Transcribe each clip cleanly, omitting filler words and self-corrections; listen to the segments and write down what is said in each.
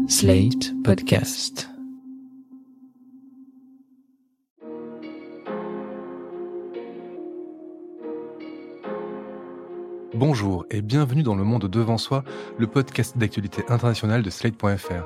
Slate Podcast. Bonjour et bienvenue dans Le Monde Devant Soi, le podcast d'actualité internationale de Slate.fr.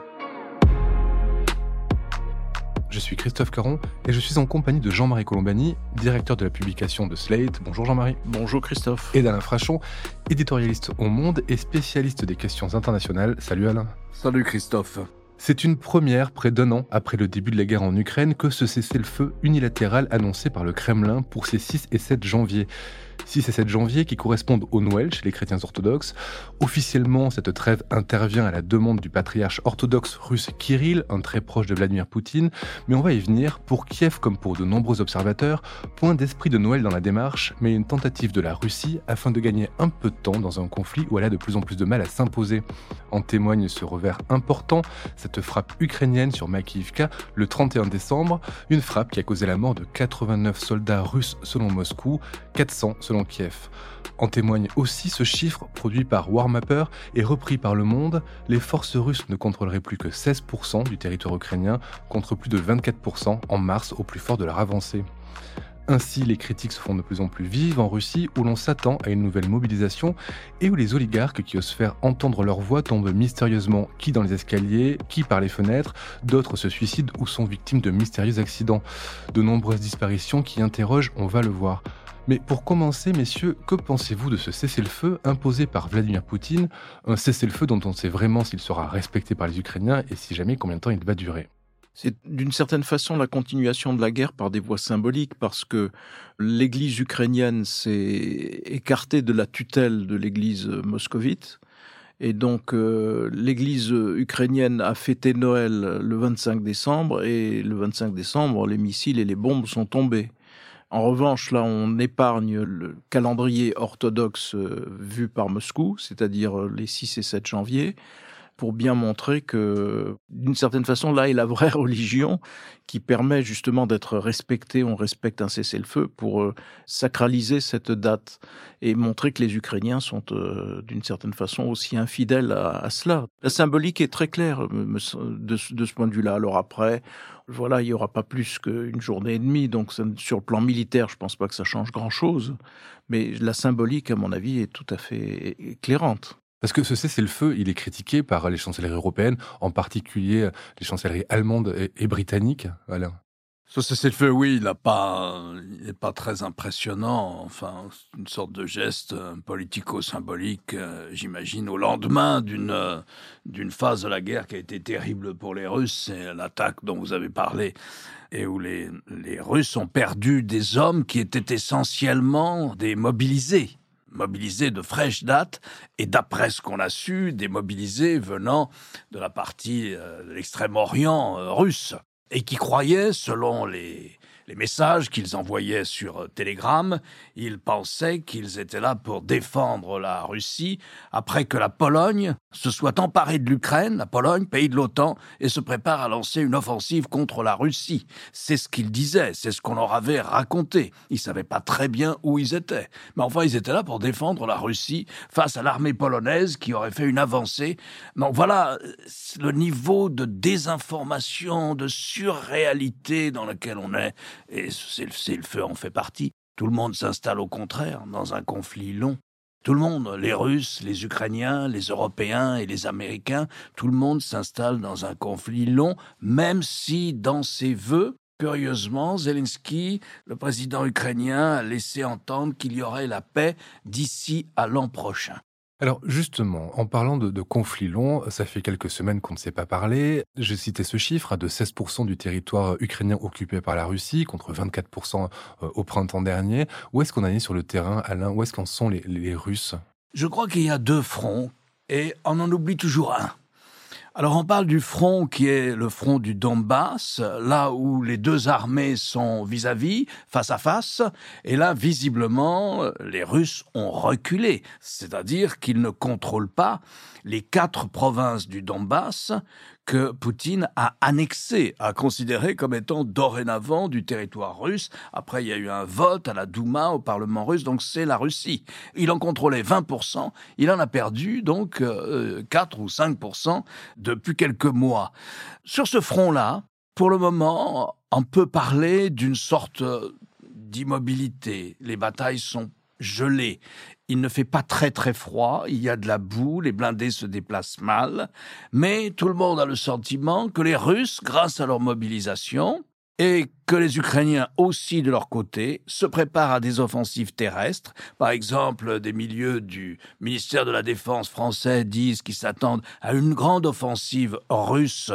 Je suis Christophe Caron et je suis en compagnie de Jean-Marie Colombani, directeur de la publication de Slate. Bonjour Jean-Marie. Bonjour Christophe. Et d'Alain Frachon, éditorialiste au Monde et spécialiste des questions internationales. Salut Alain. Salut Christophe. C'est une première près d'un an après le début de la guerre en Ukraine que ce cessez-le-feu unilatéral annoncé par le Kremlin pour ces 6 et 7 janvier. 6 et 7 janvier qui correspondent au Noël chez les chrétiens orthodoxes. Officiellement, cette trêve intervient à la demande du patriarche orthodoxe russe Kirill, un très proche de Vladimir Poutine. Mais on va y venir. Pour Kiev, comme pour de nombreux observateurs, point d'esprit de Noël dans la démarche, mais une tentative de la Russie afin de gagner un peu de temps dans un conflit où elle a de plus en plus de mal à s'imposer. En témoigne ce revers important, cette frappe ukrainienne sur Makiivka le 31 décembre, une frappe qui a causé la mort de 89 soldats russes selon Moscou, 400 selon Kiev. En témoigne aussi ce chiffre produit par Warmapper et repris par Le Monde. Les forces russes ne contrôleraient plus que 16% du territoire ukrainien contre plus de 24% en mars au plus fort de leur avancée. Ainsi, les critiques se font de plus en plus vives en Russie où l'on s'attend à une nouvelle mobilisation et où les oligarques qui osent faire entendre leur voix tombent mystérieusement, qui dans les escaliers, qui par les fenêtres, d'autres se suicident ou sont victimes de mystérieux accidents. De nombreuses disparitions qui interrogent, on va le voir. Mais pour commencer, messieurs, que pensez-vous de ce cessez-le-feu imposé par Vladimir Poutine, un cessez-le-feu dont on sait vraiment s'il sera respecté par les Ukrainiens et si jamais combien de temps il va durer ? C'est d'une certaine façon la continuation de la guerre par des voies symboliques parce que l'Église ukrainienne s'est écartée de la tutelle de l'Église moscovite. Et donc, l'Église ukrainienne a fêté Noël le 25 décembre et le 25 décembre, les missiles et les bombes sont tombés. En revanche, là, on épargne le calendrier orthodoxe vu par Moscou, c'est-à-dire les 6 et 7 janvier, pour bien montrer que, d'une certaine façon, là est la vraie religion qui permet justement d'être respectée. On respecte un cessez-le-feu pour sacraliser cette date et montrer que les Ukrainiens sont, d'une certaine façon, aussi infidèles à cela. La symbolique est très claire de ce point de vue-là. Alors après, voilà, il n'y aura pas plus qu'une journée et demie, donc sur le plan militaire, je ne pense pas que ça change grand-chose. Mais la symbolique, à mon avis, est tout à fait éclairante. Parce que ce cessez-le-feu, il est critiqué par les chancelleries européennes, en particulier les chancelleries allemandes et britanniques. Voilà. Ce cessez-le-feu, oui, il n'est pas très impressionnant. Enfin, c'est une sorte de geste politico-symbolique, j'imagine, au lendemain d'une phase de la guerre qui a été terrible pour les Russes, c'est l'attaque dont vous avez parlé, et où les Russes ont perdu des hommes qui étaient essentiellement des mobilisés de fraîche date, et d'après ce qu'on a su, des mobilisés venant de la partie de l'extrême-orient russe, et qui croyaient, selon les messages qu'ils envoyaient sur Telegram, ils pensaient qu'ils étaient là pour défendre la Russie après que la Pologne se soit emparée de l'Ukraine, la Pologne, pays de l'OTAN, et se prépare à lancer une offensive contre la Russie. C'est ce qu'ils disaient, c'est ce qu'on leur avait raconté. Ils ne savaient pas très bien où ils étaient. Mais enfin, ils étaient là pour défendre la Russie face à l'armée polonaise qui aurait fait une avancée. Donc voilà le niveau de désinformation, de surréalité dans lequel on est. Et le feu en fait partie. Tout le monde s'installe au contraire dans un conflit long. Tout le monde, les Russes, les Ukrainiens, les Européens et les Américains, tout le monde s'installe dans un conflit long, même si dans ses vœux, curieusement, Zelensky, le président ukrainien, a laissé entendre qu'il y aurait la paix d'ici à l'an prochain. Alors justement, en parlant de conflits longs, ça fait quelques semaines qu'on ne s'est pas parlé. Je citais ce chiffre de 16% du territoire ukrainien occupé par la Russie, contre 24% au printemps dernier. Où est-ce qu'on en est sur le terrain, Alain ? Où est-ce qu'en sont les Russes ? Je crois qu'il y a 2 fronts, et on en oublie toujours un. Alors on parle du front qui est le front du Donbass, là où les 2 armées sont vis-à-vis, face à face, et là visiblement les Russes ont reculé, c'est-à-dire qu'ils ne contrôlent pas les 4 provinces du Donbass que Poutine a annexé, a considéré comme étant dorénavant du territoire russe. Après, il y a eu un vote à la Douma, au Parlement russe, donc c'est la Russie. Il en contrôlait 20%, il en a perdu donc 4 ou 5% depuis quelques mois. Sur ce front-là, pour le moment, on peut parler d'une sorte d'immobilité. Les batailles sont gelées. Il ne fait pas très très froid, il y a de la boue, les blindés se déplacent mal, mais tout le monde a le sentiment que les Russes, grâce à leur mobilisation, et que les Ukrainiens aussi de leur côté se préparent à des offensives terrestres. Par exemple, des milieux du ministère de la Défense français disent qu'ils s'attendent à une grande offensive russe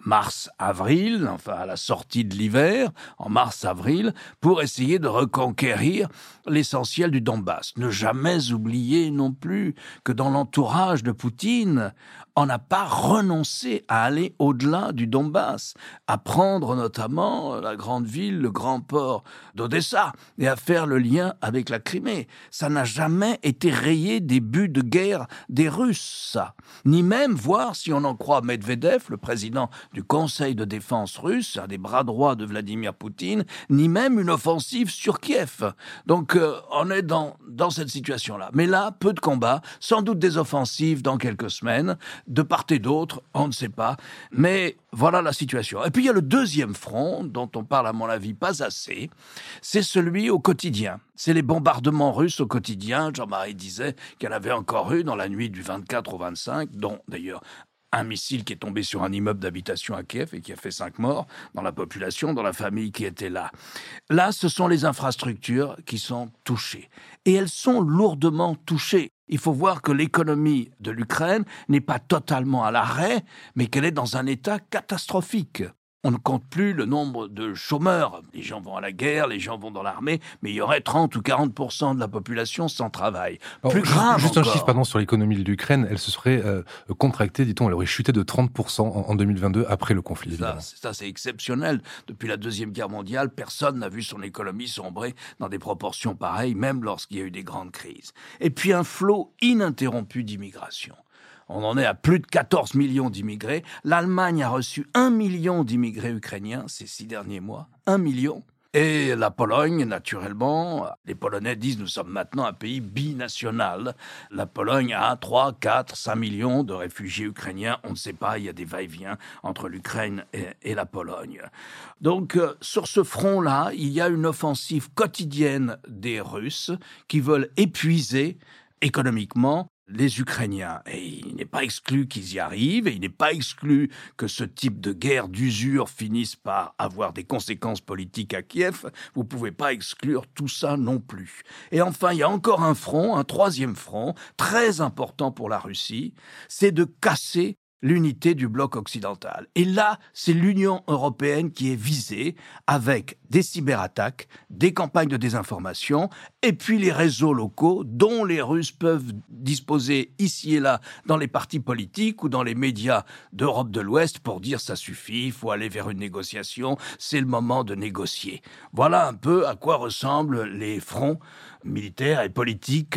mars-avril, enfin à la sortie de l'hiver, en mars-avril, pour essayer de reconquérir l'essentiel du Donbass. Ne jamais oublier non plus que dans l'entourage de Poutine, on n'a pas renoncé à aller au-delà du Donbass, à prendre notamment la grande ville, le grand port d'Odessa, et à faire le lien avec la Crimée. Ça n'a jamais été rayé des buts de guerre des Russes, ça. Ni même, voir si on en croit Medvedev, le président du Conseil de défense russe, un des bras droits de Vladimir Poutine, ni même une offensive sur Kiev. Donc on est dans cette situation-là. Mais là, peu de combats, sans doute des offensives dans quelques semaines, de part et d'autre, on ne sait pas. Mais voilà la situation. Et puis il y a le deuxième front, dont on parle à mon avis pas assez, c'est celui au quotidien. C'est les bombardements russes au quotidien. Jean-Marie disait qu'il y en avait encore eu dans la nuit du 24 au 25, dont d'ailleurs un missile qui est tombé sur un immeuble d'habitation à Kiev et qui a fait 5 morts dans la population, dans la famille qui était là. Là, ce sont les infrastructures qui sont touchées. Et elles sont lourdement touchées. Il faut voir que l'économie de l'Ukraine n'est pas totalement à l'arrêt, mais qu'elle est dans un état catastrophique. On ne compte plus le nombre de chômeurs. Les gens vont à la guerre, les gens vont dans l'armée, mais il y aurait 30 ou 40% de la population sans travail. Plus grave juste encore. Un chiffre sur l'économie de l'Ukraine, elle se serait contractée, dit-on, elle aurait chuté de 30% en 2022 après le conflit. Ça, c'est exceptionnel. Depuis la Deuxième Guerre mondiale, personne n'a vu son économie sombrer dans des proportions pareilles, même lorsqu'il y a eu des grandes crises. Et puis un flot ininterrompu d'immigration. On en est à plus de 14 millions d'immigrés. L'Allemagne a reçu 1 million d'immigrés ukrainiens ces 6 derniers mois. 1 million. Et la Pologne, naturellement, les Polonais disent nous sommes maintenant un pays binational. La Pologne a 3, 4, 5 millions de réfugiés ukrainiens. On ne sait pas, il y a des va-et-vient entre l'Ukraine et la Pologne. Donc, sur ce front-là, il y a une offensive quotidienne des Russes qui veulent épuiser économiquement les Ukrainiens. Et il n'est pas exclu qu'ils y arrivent, et il n'est pas exclu que ce type de guerre d'usure finisse par avoir des conséquences politiques à Kiev. Vous ne pouvez pas exclure tout ça non plus. Et enfin, il y a encore un front, un troisième front, très important pour la Russie, c'est de casser l'unité du bloc occidental. Et là, c'est l'Union européenne qui est visée avec des cyberattaques, des campagnes de désinformation, et puis les réseaux locaux dont les Russes peuvent disposer ici et là dans les partis politiques ou dans les médias d'Europe de l'Ouest pour dire ça suffit, il faut aller vers une négociation, c'est le moment de négocier. Voilà un peu à quoi ressemblent les fronts militaires et politiques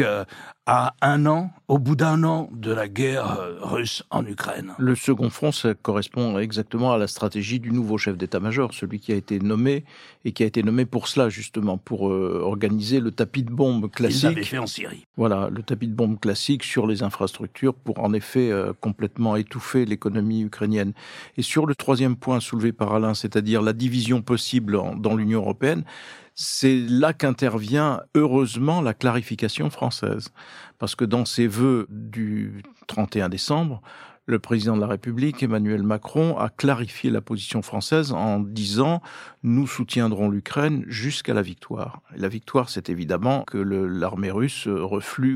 à au bout d'un an de la guerre russe en Ukraine. Le second front, ça correspond exactement à la stratégie du nouveau chef d'état-major, celui qui a été nommé et qui a été nommé pour cela justement, pour organiser le tapis de bombe classique. Il l'avait fait en Syrie. Voilà, le tapis de bombe classique sur les infrastructures pour en effet complètement étouffer l'économie ukrainienne. Et sur le troisième point soulevé par Alain, c'est-à-dire la division possible dans l'Union européenne, c'est là qu'intervient heureusement la clarification française. Parce que dans ses vœux du 31 décembre, le président de la République, Emmanuel Macron, a clarifié la position française en disant « Nous soutiendrons l'Ukraine jusqu'à la victoire ». Et la victoire, c'est évidemment que l'armée russe reflue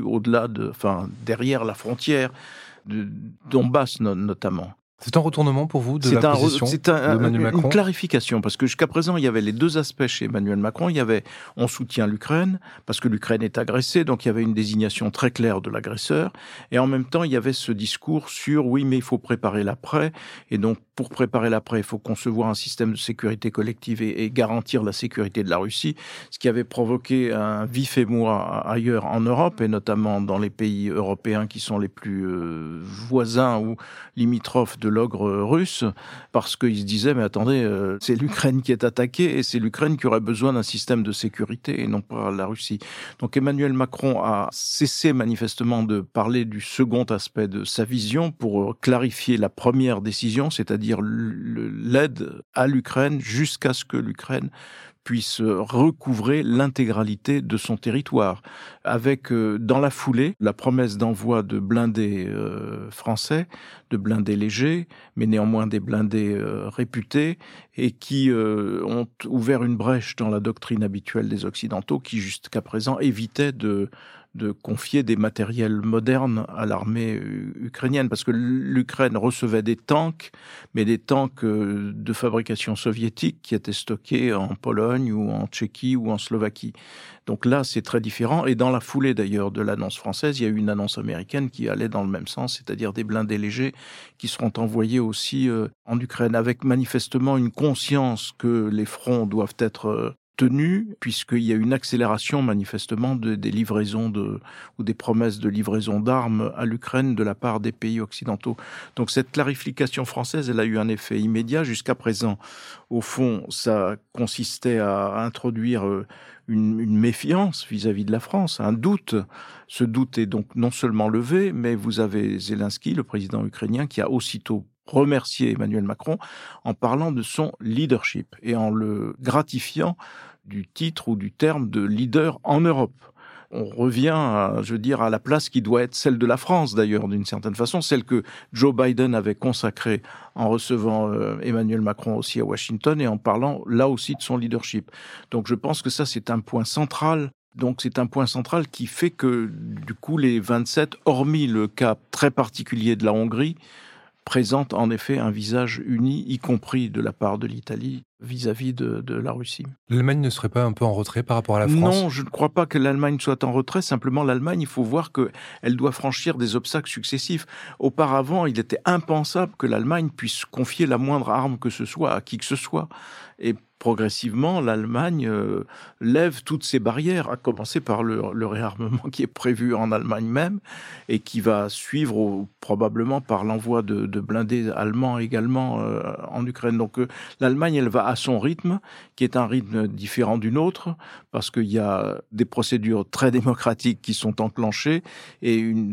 derrière la frontière de Donbass notamment. C'est un retournement pour vous de la position d'Emmanuel Macron ? Une clarification, parce que jusqu'à présent, il y avait les deux aspects chez Emmanuel Macron. Il y avait « on soutient l'Ukraine », parce que l'Ukraine est agressée, donc il y avait une désignation très claire de l'agresseur. Et en même temps, il y avait ce discours sur « oui, mais il faut préparer l'après ». Et donc, pour préparer l'après, il faut concevoir un système de sécurité collective et garantir la sécurité de la Russie, ce qui avait provoqué un vif émoi ailleurs en Europe, et notamment dans les pays européens qui sont les plus voisins ou limitrophes de de l'ogre russe, parce qu'ils se disaient, mais attendez, c'est l'Ukraine qui est attaquée et c'est l'Ukraine qui aurait besoin d'un système de sécurité et non pas la Russie. Donc Emmanuel Macron a cessé manifestement de parler du second aspect de sa vision pour clarifier la première décision, c'est-à-dire l'aide à l'Ukraine jusqu'à ce que l'Ukraine puisse recouvrer l'intégralité de son territoire, avec dans la foulée la promesse d'envoi de blindés français, de blindés légers, mais néanmoins des blindés réputés, et qui ont ouvert une brèche dans la doctrine habituelle des Occidentaux, qui jusqu'à présent évitait de confier des matériels modernes à l'armée ukrainienne, parce que l'Ukraine recevait des tanks, mais des tanks de fabrication soviétique qui étaient stockés en Pologne ou en Tchéquie ou en Slovaquie. Donc là, c'est très différent. Et dans la foulée d'ailleurs de l'annonce française, il y a eu une annonce américaine qui allait dans le même sens, c'est-à-dire des blindés légers qui seront envoyés aussi en Ukraine, avec manifestement une conscience que les fronts doivent être tenue, puisqu'il y a une accélération manifestement des livraisons ou des promesses de livraison d'armes à l'Ukraine de la part des pays occidentaux. Donc cette clarification française, elle a eu un effet immédiat. Jusqu'à présent, au fond, ça consistait à introduire une méfiance vis-à-vis de la France, un doute. Ce doute est donc non seulement levé, mais vous avez Zelensky, le président ukrainien, qui a aussitôt remercier Emmanuel Macron en parlant de son leadership et en le gratifiant du titre ou du terme de leader en Europe. On revient, à la place qui doit être celle de la France d'ailleurs, d'une certaine façon, celle que Joe Biden avait consacrée en recevant Emmanuel Macron aussi à Washington et en parlant là aussi de son leadership. Donc je pense que ça c'est un point central. Donc c'est un point central qui fait que du coup les 27, hormis le cas très particulier de la Hongrie, présente en effet un visage uni, y compris de la part de l'Italie, vis-à-vis de la Russie. L'Allemagne ne serait pas un peu en retrait par rapport à la France ? Non, je ne crois pas que l'Allemagne soit en retrait. Simplement, l'Allemagne, il faut voir qu'elle doit franchir des obstacles successifs. Auparavant, il était impensable que l'Allemagne puisse confier la moindre arme que ce soit à qui que ce soit. Et progressivement, l'Allemagne lève toutes ces barrières, à commencer par le réarmement qui est prévu en Allemagne même, et qui va suivre probablement par l'envoi de blindés allemands également en Ukraine. Donc l'Allemagne, elle va à son rythme, qui est un rythme différent du nôtre, parce qu'il y a des procédures très démocratiques qui sont enclenchées, et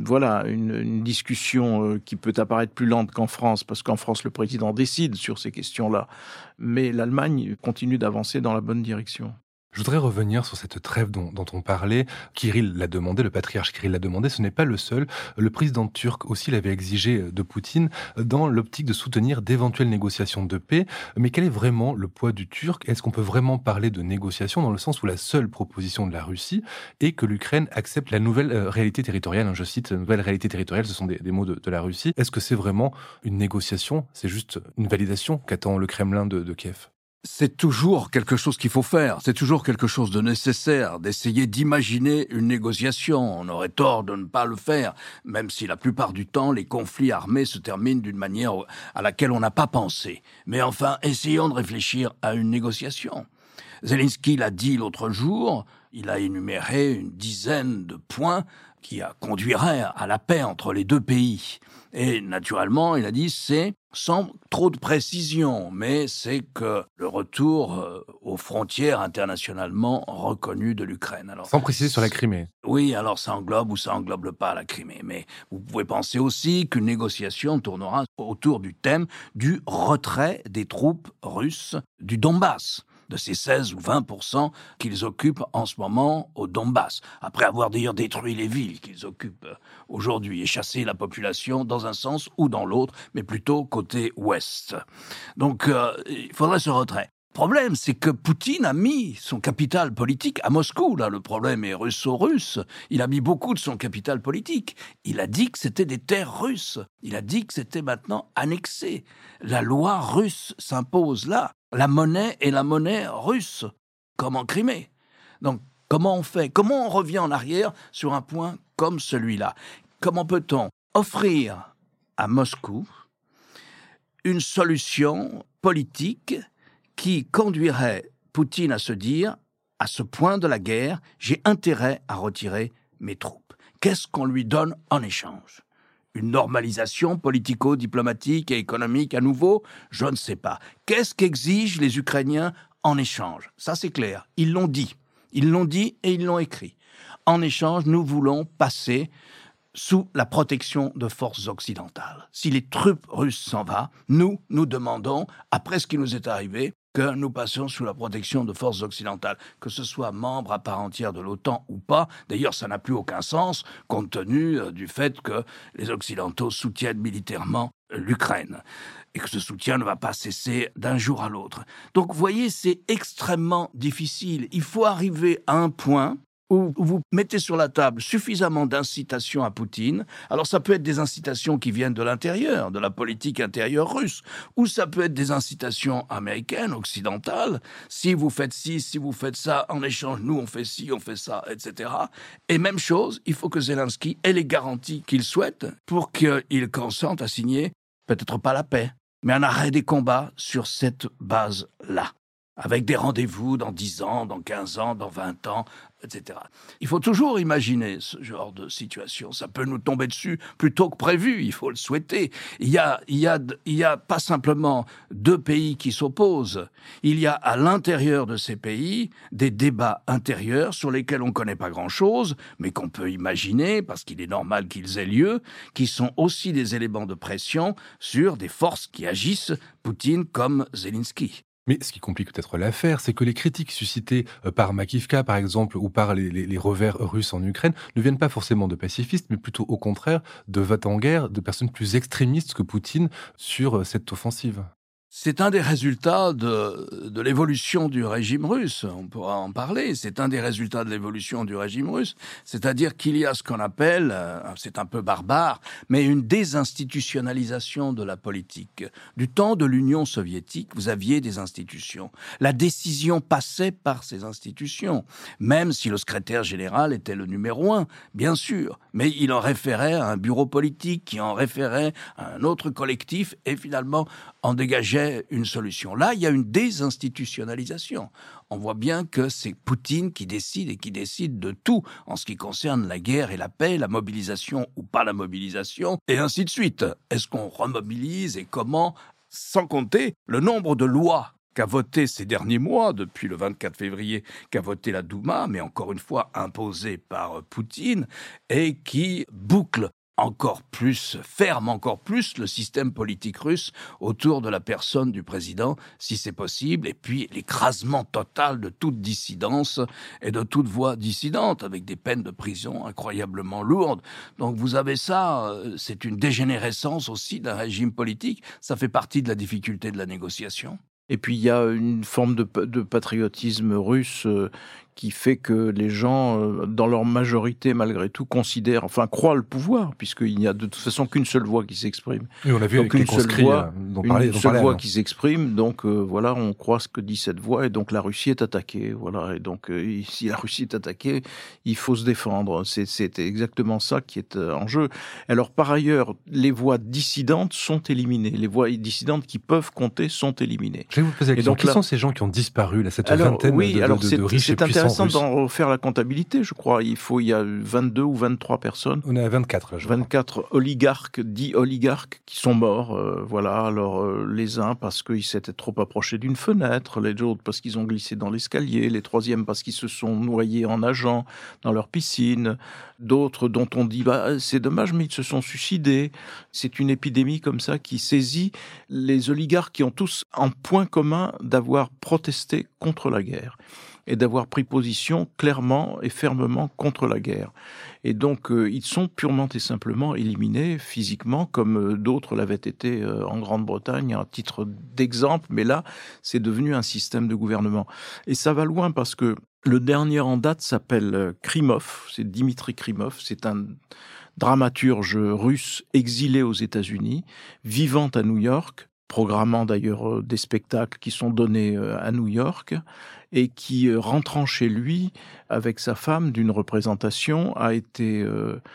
une discussion qui peut apparaître plus lente qu'en France, parce qu'en France, le président décide sur ces questions-là. Mais l'Allemagne continue d'avancer dans la bonne direction. Je voudrais revenir sur cette trêve dont on parlait. Kirill l'a demandé, le patriarche Kirill l'a demandé, ce n'est pas le seul. Le président turc aussi l'avait exigé de Poutine dans l'optique de soutenir d'éventuelles négociations de paix. Mais quel est vraiment le poids du Turc ? Est-ce qu'on peut vraiment parler de négociations dans le sens où la seule proposition de la Russie est que l'Ukraine accepte la nouvelle réalité territoriale ? Je cite, la nouvelle réalité territoriale, ce sont des mots de la Russie. Est-ce que c'est vraiment une négociation ? C'est juste une validation qu'attend le Kremlin de Kiev ? C'est toujours quelque chose qu'il faut faire, c'est toujours quelque chose de nécessaire, d'essayer d'imaginer une négociation. On aurait tort de ne pas le faire, même si la plupart du temps, les conflits armés se terminent d'une manière à laquelle on n'a pas pensé. Mais enfin, essayons de réfléchir à une négociation. Zelensky l'a dit l'autre jour, il a énuméré une dizaine de points qui conduiraient à la paix entre les deux pays. Et naturellement, il a dit, c'est sans trop de précision, mais c'est que le retour aux frontières internationalement reconnues de l'Ukraine. Alors, sans préciser sur la Crimée. Oui, alors ça englobe ou ça englobe pas la Crimée. Mais vous pouvez penser aussi qu'une négociation tournera autour du thème du retrait des troupes russes du Donbass, de ces 16 ou 20% qu'ils occupent en ce moment au Donbass, après avoir d'ailleurs détruit les villes qu'ils occupent aujourd'hui et chassé la population dans un sens ou dans l'autre, mais plutôt côté ouest. Donc il faudrait ce retrait. Le problème, c'est que Poutine a mis son capital politique à Moscou. Là, le problème est russo-russe. Il a mis beaucoup de son capital politique. Il a dit que c'était des terres russes. Il a dit que c'était maintenant annexé. La loi russe s'impose là. La monnaie est la monnaie russe, comme en Crimée. Donc, comment on fait ? Comment on revient en arrière sur un point comme celui-là ? Comment peut-on offrir à Moscou une solution politique qui conduirait Poutine à se dire, à ce point de la guerre, j'ai intérêt à retirer mes troupes. Qu'est-ce qu'on lui donne en échange ? Une normalisation politico-diplomatique et économique à nouveau? Je ne sais pas. Qu'est-ce qu'exigent les Ukrainiens en échange? Ça, c'est clair. Ils l'ont dit. Ils l'ont dit et ils l'ont écrit. En échange, nous voulons passer sous la protection de forces occidentales. Si les troupes russes s'en vont, nous demandons, après ce qui nous est arrivé, que nous passions sous la protection de forces occidentales, que ce soit membre à part entière de l'OTAN ou pas. D'ailleurs, ça n'a plus aucun sens, compte tenu du fait que les Occidentaux soutiennent militairement l'Ukraine, et que ce soutien ne va pas cesser d'un jour à l'autre. Donc, vous voyez, c'est extrêmement difficile. Il faut arriver à un point où vous mettez sur la table suffisamment d'incitations à Poutine. Alors ça peut être des incitations qui viennent de l'intérieur, de la politique intérieure russe, ou ça peut être des incitations américaines, occidentales. Si vous faites ci, si vous faites ça, en échange, nous on fait ci, on fait ça, etc. Et même chose, il faut que Zelensky ait les garanties qu'il souhaite pour qu'il consente à signer, peut-être pas la paix, mais un arrêt des combats sur cette base-là, avec des rendez-vous dans 10 ans, dans 15 ans, dans 20 ans, etc. Il faut toujours imaginer ce genre de situation. Ça peut nous tomber dessus plus tôt que prévu, il faut le souhaiter. Il y a pas simplement deux pays qui s'opposent. Il y a à l'intérieur de ces pays des débats intérieurs sur lesquels on ne connaît pas grand-chose, mais qu'on peut imaginer, parce qu'il est normal qu'ils aient lieu, qui sont aussi des éléments de pression sur des forces qui agissent, Poutine comme Zelensky. Mais ce qui complique peut-être l'affaire, c'est que les critiques suscitées par Makivka, par exemple, ou par les revers russes en Ukraine, ne viennent pas forcément de pacifistes, mais plutôt au contraire de va-t-en-guerre, de personnes plus extrémistes que Poutine sur cette offensive. C'est un des résultats de l'évolution du régime russe, on pourra en parler, c'est un des résultats de l'évolution du régime russe, c'est-à-dire qu'il y a ce qu'on appelle, c'est un peu barbare, mais une désinstitutionnalisation de la politique. Du temps de l'Union soviétique, vous aviez des institutions. La décision passait par ces institutions, même si le secrétaire général était le numéro 1, bien sûr, mais il en référait à un bureau politique, qui en référait à un autre collectif, et finalement en dégageait une solution. Là, il y a une désinstitutionnalisation. On voit bien que c'est Poutine qui décide et qui décide de tout en ce qui concerne la guerre et la paix, la mobilisation ou pas la mobilisation, et ainsi de suite. Est-ce qu'on remobilise et comment? Sans compter le nombre de lois qu'a voté ces derniers mois, depuis le 24 février, qu'a voté la Douma, mais encore une fois imposée par Poutine, et qui boucle encore plus, ferme encore plus le système politique russe autour de la personne du président, si c'est possible, et puis l'écrasement total de toute dissidence et de toute voix dissidente, avec des peines de prison incroyablement lourdes. Donc vous avez ça, c'est une dégénérescence aussi d'un régime politique, ça fait partie de la difficulté de la négociation. Et puis il y a une forme de patriotisme russe qui fait que les gens, dans leur majorité malgré tout, croient le pouvoir, puisqu'il n'y a de toute façon qu'une seule voix qui s'exprime. Oui, on l'a vu donc avec les conscrits une seule voix qui s'exprime, donc voilà, on croit ce que dit cette voix, et donc la Russie est attaquée, voilà, et donc si la Russie est attaquée, il faut se défendre. C'est exactement ça qui est en jeu. Alors par ailleurs, les voix dissidentes sont éliminées, les voix dissidentes qui peuvent compter sont éliminées. Je vais vous poser la question, qui sont ces gens qui ont disparu, là, cette vingtaine de riches et puissants? C'est intéressant d'en refaire la comptabilité, je crois. Il y a 22 ou 23 personnes. On est à 24, là, je crois. 24 oligarques, dits oligarques, qui sont morts. Voilà. Alors, les uns parce qu'ils s'étaient trop approchés d'une fenêtre, les autres parce qu'ils ont glissé dans l'escalier, les troisièmes parce qu'ils se sont noyés en nageant dans leur piscine, d'autres dont on dit c'est dommage, mais ils se sont suicidés. C'est une épidémie comme ça qui saisit les oligarques qui ont tous un point commun d'avoir protesté contre la guerre et d'avoir pris position clairement et fermement contre la guerre. Et donc, ils sont purement et simplement éliminés physiquement, comme d'autres l'avaient été en Grande-Bretagne, à titre d'exemple, mais là, c'est devenu un système de gouvernement. Et ça va loin parce que le dernier en date s'appelle Krymov, c'est Dimitri Krymov, c'est un dramaturge russe exilé aux États-Unis, vivant à New York, programmant d'ailleurs des spectacles qui sont donnés à New York, et qui, rentrant chez lui avec sa femme d'une représentation, a été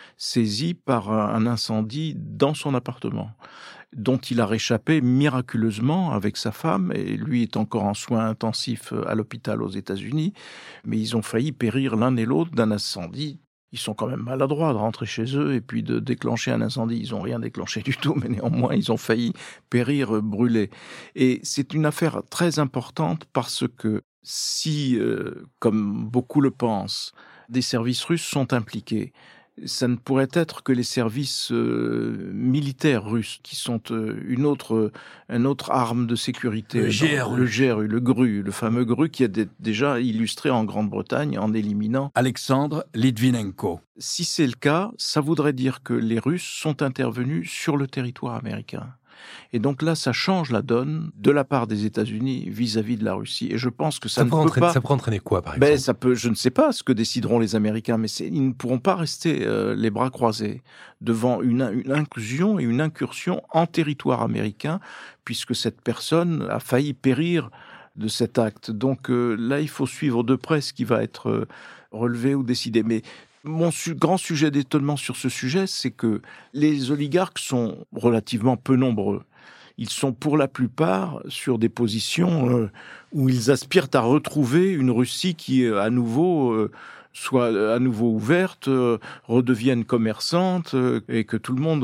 saisi par un incendie dans son appartement, dont il a réchappé miraculeusement avec sa femme, et lui est encore en soins intensifs à l'hôpital aux États-Unis, mais ils ont failli périr l'un et l'autre d'un incendie Ils sont quand même maladroits de rentrer chez eux et puis de déclencher un incendie. Ils n'ont rien déclenché du tout, mais néanmoins, ils ont failli périr brûlés. Et c'est une affaire très importante parce que si, comme beaucoup le pensent, des services russes sont impliqués, ça ne pourrait être que les services militaires russes qui sont une autre arme de sécurité. Le GRU. Le GRU, le fameux GRU qui est déjà illustré en Grande-Bretagne en éliminant Alexandre Litvinenko. Si c'est le cas, ça voudrait dire que les Russes sont intervenus sur le territoire américain. Et donc là, ça change la donne de la part des États-Unis vis-à-vis de la Russie. Et je pense que ça pourrait entraîner quoi, par exemple? Je ne sais pas ce que décideront les Américains, mais ils ne pourront pas rester les bras croisés devant une inclusion et une incursion en territoire américain, puisque cette personne a failli périr de cet acte. Donc là, il faut suivre de près ce qui va être relevé ou décidé. Mais mon grand sujet d'étonnement sur ce sujet, c'est que les oligarques sont relativement peu nombreux. Ils sont pour la plupart sur des positions où ils aspirent à retrouver une Russie qui à nouveau soit à nouveau ouverte, redevienne commerçante et que tout le monde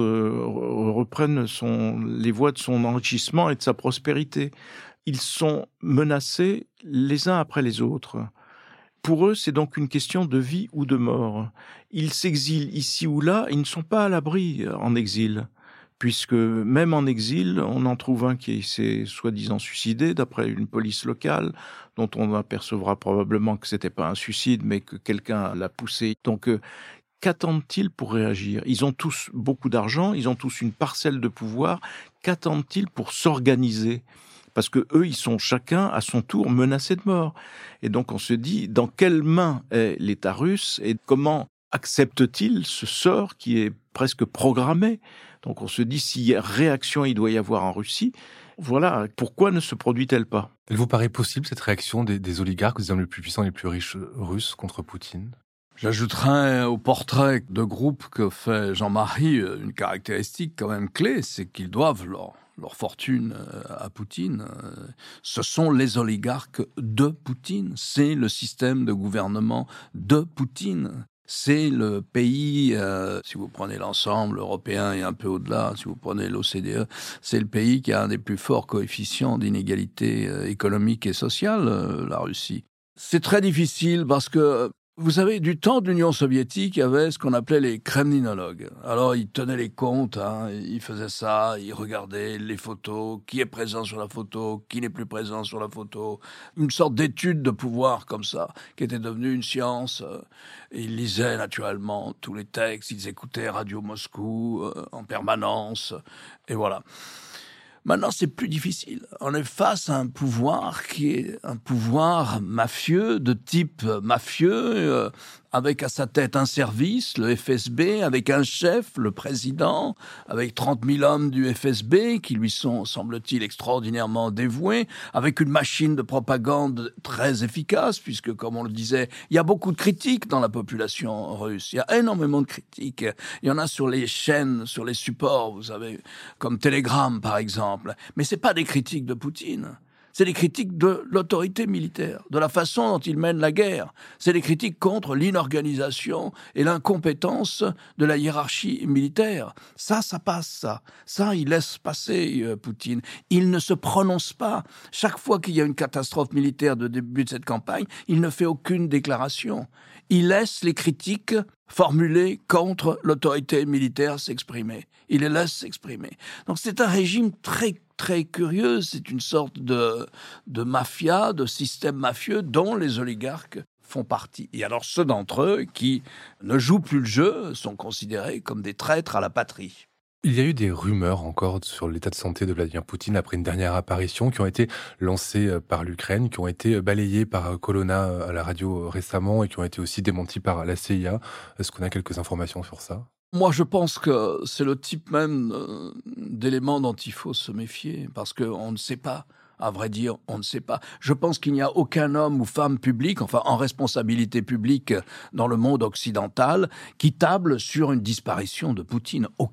reprenne les voies de son enrichissement et de sa prospérité. Ils sont menacés les uns après les autres. Pour eux, c'est donc une question de vie ou de mort. Ils s'exilent ici ou là, ils ne sont pas à l'abri en exil, puisque même en exil, on en trouve un qui s'est soi-disant suicidé, d'après une police locale, dont on apercevra probablement que c'était pas un suicide, mais que quelqu'un l'a poussé. Donc, qu'attendent-ils pour réagir? Ils ont tous beaucoup d'argent, ils ont tous une parcelle de pouvoir. Qu'attendent-ils pour s'organiser? Parce que eux, ils sont chacun à son tour menacés de mort. Et donc on se dit, dans quelles mains est l'État russe et comment accepte-t-il ce sort qui est presque programmé? Donc on se dit, si réaction il doit y avoir en Russie, voilà, pourquoi ne se produit-elle pas? Elle vous paraît possible, cette réaction des oligarques, des hommes les plus puissants et les plus riches russes contre Poutine? J'ajouterais au portrait de groupe que fait Jean-Marie une caractéristique quand même clé, c'est qu'ils doivent leur fortune à Poutine. Ce sont les oligarques de Poutine. C'est le système de gouvernement de Poutine. C'est le pays, si vous prenez l'ensemble européen et un peu au-delà, si vous prenez l'OCDE, c'est le pays qui a un des plus forts coefficients d'inégalité économique et sociale, la Russie. C'est très difficile parce que vous savez, du temps de l'Union soviétique, il y avait ce qu'on appelait les kremlinologues. Alors, ils tenaient les comptes, ils faisaient ça, ils regardaient les photos, qui est présent sur la photo, qui n'est plus présent sur la photo. Une sorte d'étude de pouvoir comme ça, qui était devenue une science. Et ils lisaient naturellement tous les textes, ils écoutaient Radio Moscou en permanence, et voilà. Maintenant, c'est plus difficile. On est face à un pouvoir qui est un pouvoir mafieux, de type mafieux, avec à sa tête un service, le FSB, avec un chef, le président, avec 30 000 hommes du FSB qui lui sont, semble-t-il, extraordinairement dévoués, avec une machine de propagande très efficace, puisque, comme on le disait, il y a beaucoup de critiques dans la population russe. Il y a énormément de critiques. Il y en a sur les chaînes, sur les supports, vous savez, comme Telegram, par exemple. Mais c'est pas des critiques de Poutine. C'est des critiques de l'autorité militaire, de la façon dont il mène la guerre. C'est des critiques contre l'inorganisation et l'incompétence de la hiérarchie militaire. Ça passe, ça. Ça, il laisse passer Poutine. Il ne se prononce pas. Chaque fois qu'il y a une catastrophe militaire de début de cette campagne, il ne fait aucune déclaration. Il laisse les critiques formulées contre l'autorité militaire s'exprimer. Il les laisse s'exprimer. Donc c'est un régime très très curieux, c'est une sorte de mafia, de système mafieux dont les oligarques font partie. Et alors ceux d'entre eux qui ne jouent plus le jeu sont considérés comme des traîtres à la patrie. Il y a eu des rumeurs encore sur l'état de santé de Vladimir Poutine après une dernière apparition qui ont été lancées par l'Ukraine, qui ont été balayées par Colonna à la radio récemment et qui ont été aussi démenties par la CIA. Est-ce qu'on a quelques informations sur ça ? Moi, je pense que c'est le type même d'élément dont il faut se méfier, parce qu'on ne sait pas. À vrai dire, on ne sait pas. Je pense qu'il n'y a aucun homme ou femme public, enfin en responsabilité publique dans le monde occidental, qui table sur une disparition de Poutine. Aucun.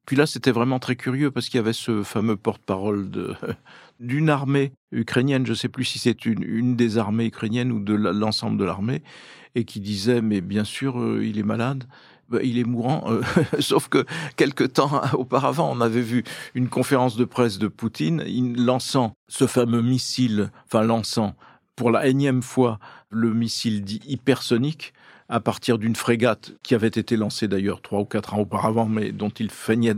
Puis là, c'était vraiment très curieux parce qu'il y avait ce fameux porte-parole d'une armée ukrainienne, je ne sais plus si c'est une des armées ukrainiennes ou de l'ensemble de l'armée, et qui disait, mais bien sûr, il est malade. Il est mourant, sauf que quelque temps auparavant, on avait vu une conférence de presse de Poutine lançant ce fameux missile, lançant pour la énième fois le missile dit hypersonique à partir d'une frégate qui avait été lancée d'ailleurs 3 ou 4 ans auparavant, mais dont il feignait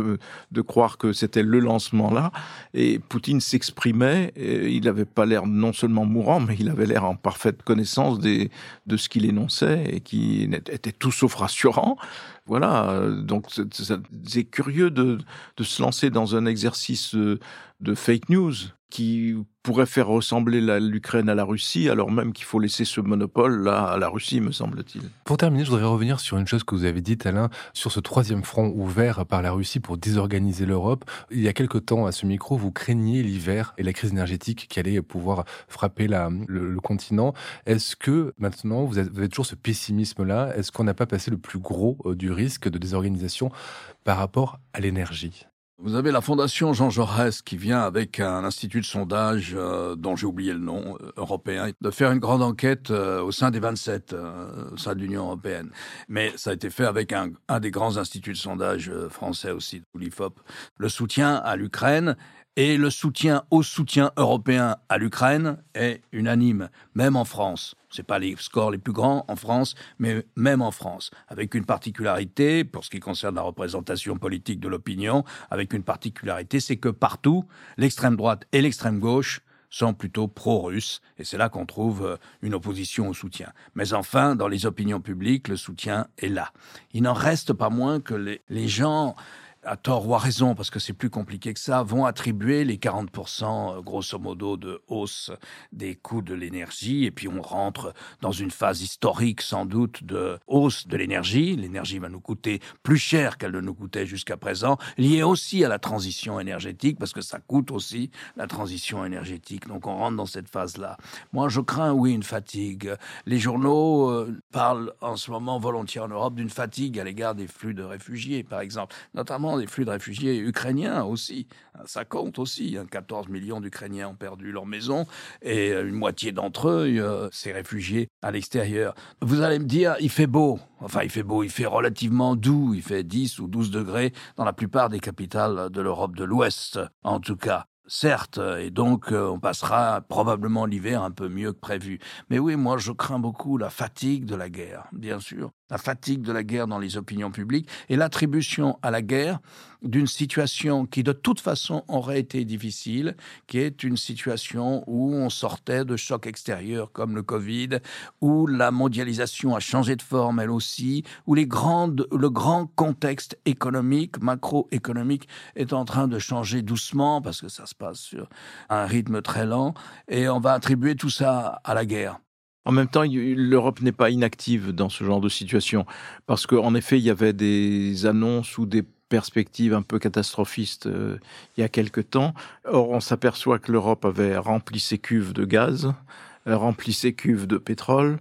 de croire que c'était le lancement là. Et Poutine s'exprimait, et il n'avait pas l'air non seulement mourant, mais il avait l'air en parfaite connaissance de ce qu'il énonçait et qui était tout sauf rassurant. Voilà, donc c'est curieux de se lancer dans un exercice de fake news qui pourrait faire ressembler l'Ukraine à la Russie, alors même qu'il faut laisser ce monopole-là à la Russie, me semble-t-il. Pour terminer, je voudrais revenir sur une chose que vous avez dite, Alain, sur ce troisième front ouvert par la Russie pour désorganiser l'Europe. Il y a quelque temps, à ce micro, vous craigniez l'hiver et la crise énergétique qui allait pouvoir frapper le continent. Est-ce que, maintenant, vous avez toujours ce pessimisme-là? Est-ce qu'on n'a pas passé le plus gros du risque de désorganisation par rapport à l'énergie? Vous avez la Fondation Jean Jaurès qui vient avec un institut de sondage dont j'ai oublié le nom, européen, de faire une grande enquête au sein des 27, au sein de l'Union européenne. Mais ça a été fait avec un des grands instituts de sondage français aussi, l'IFOP. Le soutien à l'Ukraine et le soutien européen à l'Ukraine est unanime, même en France. C'est pas les scores les plus grands en France, mais même en France, avec une particularité, pour ce qui concerne la représentation politique de l'opinion, avec une particularité, c'est que partout, l'extrême droite et l'extrême gauche sont plutôt pro-russes, et c'est là qu'on trouve une opposition au soutien. Mais enfin, dans les opinions publiques, le soutien est là. Il n'en reste pas moins que les gens, à tort ou à raison, parce que c'est plus compliqué que ça, vont attribuer les 40% grosso modo de hausse des coûts de l'énergie, et puis on rentre dans une phase historique sans doute de hausse de l'énergie. L'énergie va nous coûter plus cher qu'elle ne nous coûtait jusqu'à présent, liée aussi à la transition énergétique, parce que ça coûte aussi la transition énergétique. Donc on rentre dans cette phase-là. Moi je crains, oui, une fatigue. Les journaux parlent en ce moment volontiers en Europe d'une fatigue à l'égard des flux de réfugiés, par exemple, notamment des flux de réfugiés ukrainiens aussi. Ça compte aussi. 14 millions d'Ukrainiens ont perdu leur maison et une moitié d'entre eux, ces réfugiés à l'extérieur. Vous allez me dire, il fait beau. Enfin, il fait beau, il fait relativement doux. Il fait 10 ou 12 degrés dans la plupart des capitales de l'Europe de l'Ouest, en tout cas. Certes, et donc on passera probablement l'hiver un peu mieux que prévu. Mais oui, moi je crains beaucoup la fatigue de la guerre, bien sûr. La fatigue de la guerre dans les opinions publiques et l'attribution à la guerre d'une situation qui de toute façon aurait été difficile, qui est une situation où on sortait de chocs extérieurs comme le Covid, où la mondialisation a changé de forme elle aussi, où le grand contexte économique, macroéconomique est en train de changer doucement parce que ça se passe sur un rythme très lent et on va attribuer tout ça à la guerre. En même temps, l'Europe n'est pas inactive dans ce genre de situation, parce qu'en effet, il y avait des annonces ou des perspectives un peu catastrophistes il y a quelque temps. Or, on s'aperçoit que l'Europe avait rempli ses cuves de gaz, rempli ses cuves de pétrole,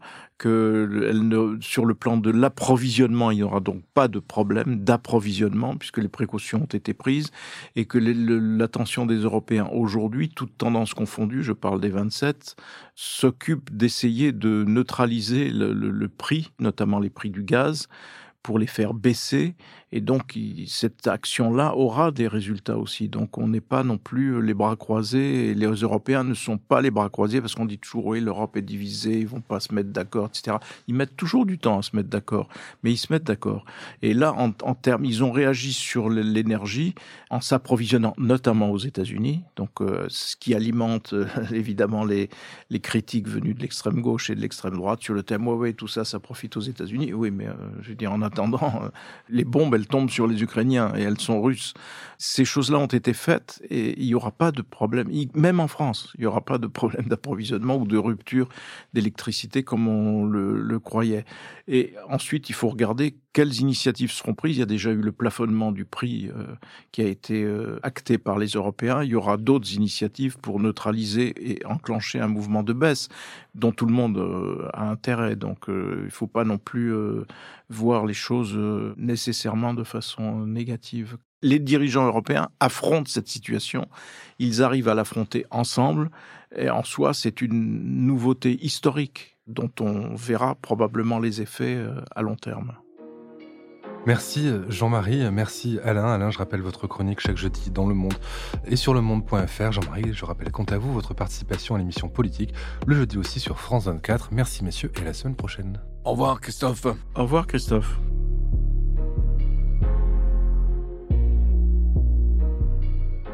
sur le plan de l'approvisionnement, il n'y aura donc pas de problème d'approvisionnement, puisque les précautions ont été prises, et que l'attention des Européens aujourd'hui, toutes tendances confondues, je parle des 27, s'occupe d'essayer de neutraliser le prix, notamment les prix du gaz, pour les faire baisser. Et donc, cette action-là aura des résultats aussi. Donc, on n'est pas non plus les bras croisés. Et les Européens ne sont pas les bras croisés parce qu'on dit toujours, oui, l'Europe est divisée, ils vont pas se mettre d'accord, etc. Ils mettent toujours du temps à se mettre d'accord, mais ils se mettent d'accord. Et là, en termes, ils ont réagi sur l'énergie en s'approvisionnant notamment aux États-Unis. Donc, ce qui alimente évidemment les critiques venues de l'extrême gauche et de l'extrême droite sur le thème, ouais, tout ça, ça profite aux États-Unis. Oui, mais je veux dire, en attendant, les bombes, elles tombent sur les Ukrainiens et elles sont russes. Ces choses-là ont été faites et il n'y aura pas de problème, même en France, il n'y aura pas de problème d'approvisionnement ou de rupture d'électricité comme on le croyait. Et ensuite, il faut regarder quelles initiatives seront prises. Il y a déjà eu le plafonnement du prix qui a été acté par les Européens. Il y aura d'autres initiatives pour neutraliser et enclencher un mouvement de baisse dont tout le monde a intérêt. Donc, il ne faut pas non plus voir les choses nécessairement de façon négative. Les dirigeants européens affrontent cette situation. Ils arrivent à l'affronter ensemble. Et en soi, c'est une nouveauté historique dont on verra probablement les effets à long terme. Merci Jean-Marie, merci Alain. Alain, je rappelle votre chronique chaque jeudi dans Le Monde et sur lemonde.fr. Jean-Marie, je rappelle quant à vous votre participation à l'émission Politique, le jeudi aussi sur France 24. Merci messieurs et à la semaine prochaine. Au revoir Christophe. Au revoir Christophe.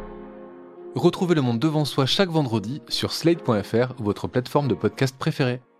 Retrouvez Le Monde devant soi chaque vendredi sur slate.fr ou votre plateforme de podcast préférée.